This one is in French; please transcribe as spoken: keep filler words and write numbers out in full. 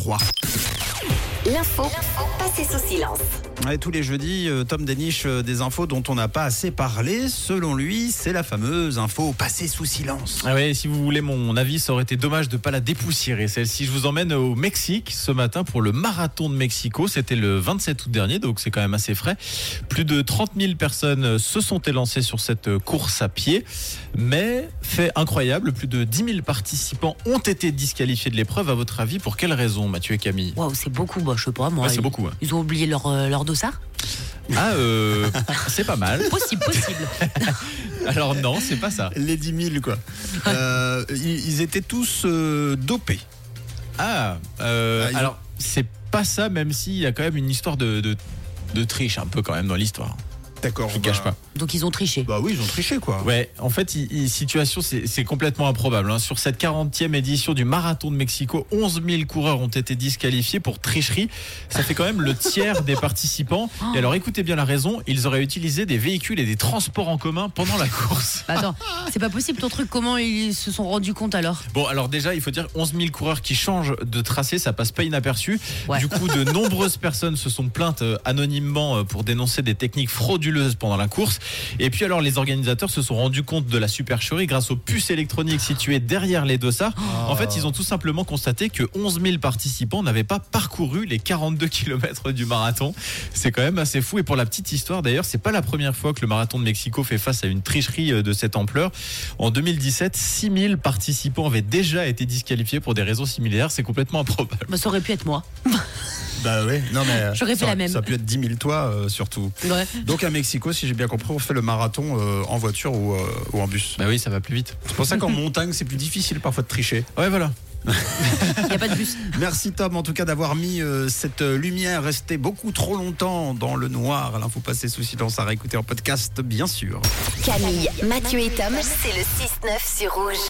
trois. L'info passée sous silence. Ouais, tous les jeudis, euh, Tom déniche euh, des infos dont on n'a pas assez parlé. Selon lui, c'est la fameuse info passée sous silence. Ah ouais, si vous voulez mon avis, ça aurait été dommage de ne pas la dépoussiérer. Celle-ci, je vous emmène au Mexique ce matin pour le marathon de Mexico. C'était le vingt-sept août dernier, donc c'est quand même assez frais. Plus de trente mille personnes se sont élancées sur cette course à pied. Mais, fait incroyable, plus de dix mille participants ont été disqualifiés de l'épreuve. À votre avis, pour quelle raison, Mathieu et Camille ? Waouh, c'est beaucoup, bah, je sais pas moi. Ouais, c'est ils, beaucoup. Hein. Ils ont oublié leur, euh, leur dossard. Ah, euh, c'est pas mal. Possible, possible. Alors non, c'est pas ça. Les dix mille, quoi. Euh, ils, ils étaient tous euh, dopés. Ah, euh, Ah, ils ont- alors c'est pas ça, même s'il y a quand même une histoire de, de, de triche un peu quand même dans l'histoire. D'accord. Je ne bah- cache pas. Donc ils ont triché. Bah oui, ils ont triché, quoi. Ouais, en fait, il, il- situation, c'est, c'est complètement improbable. Hein. Sur cette quarantième édition du Marathon de Mexico, onze mille coureurs ont été disqualifiés pour tricherie. Ça fait quand même le tiers des participants. Et alors, écoutez bien la raison, ils auraient utilisé des véhicules et des transports en commun pendant la course. Bah, attends, c'est pas possible ton truc. Comment ils se sont rendus compte alors? Bon, alors déjà, il faut dire onze mille coureurs qui changent de tracé, ça passe pas inaperçu. Ouais. Du coup, de nombreuses personnes se sont plaintes euh, anonymement euh, pour dénoncer des techniques frauduleuses pendant la course. Et puis alors, les organisateurs se sont rendus compte de la supercherie grâce aux puces électroniques situées derrière les dossards. Oh. En fait, ils ont tout simplement constaté que onze mille participants n'avaient pas parcouru les quarante-deux kilomètres du marathon. C'est quand même assez fou. Et pour la petite histoire, d'ailleurs, c'est pas la première fois que le Marathon de Mexico fait face à une tricherie euh, de cette ampleur. En deux mille dix-sept, six mille participants avaient déjà été disqualifiés pour des raisons similaires. C'est complètement improbable. Bah, ça aurait pu être moi. Bah oui. Non, mais. J'aurais fait ça- la même. Ça a pu être dix mille toi, euh, surtout. Ouais. Donc à Mexico, si j'ai bien compris, on fait le marathon euh, en voiture ou, euh, ou en bus. Bah oui, ça va plus vite. C'est pour ça qu'en montagne, c'est plus difficile parfois de tricher. Ouais, voilà. Il n'y a pas de bus. Merci Tom, en tout cas d'avoir mis euh, cette euh, lumière restée beaucoup trop longtemps dans le noir. L'info passée sous silence à réécouter en podcast, bien sûr. Camille, Mathieu et Tom, c'est le six neuf sur Rouge.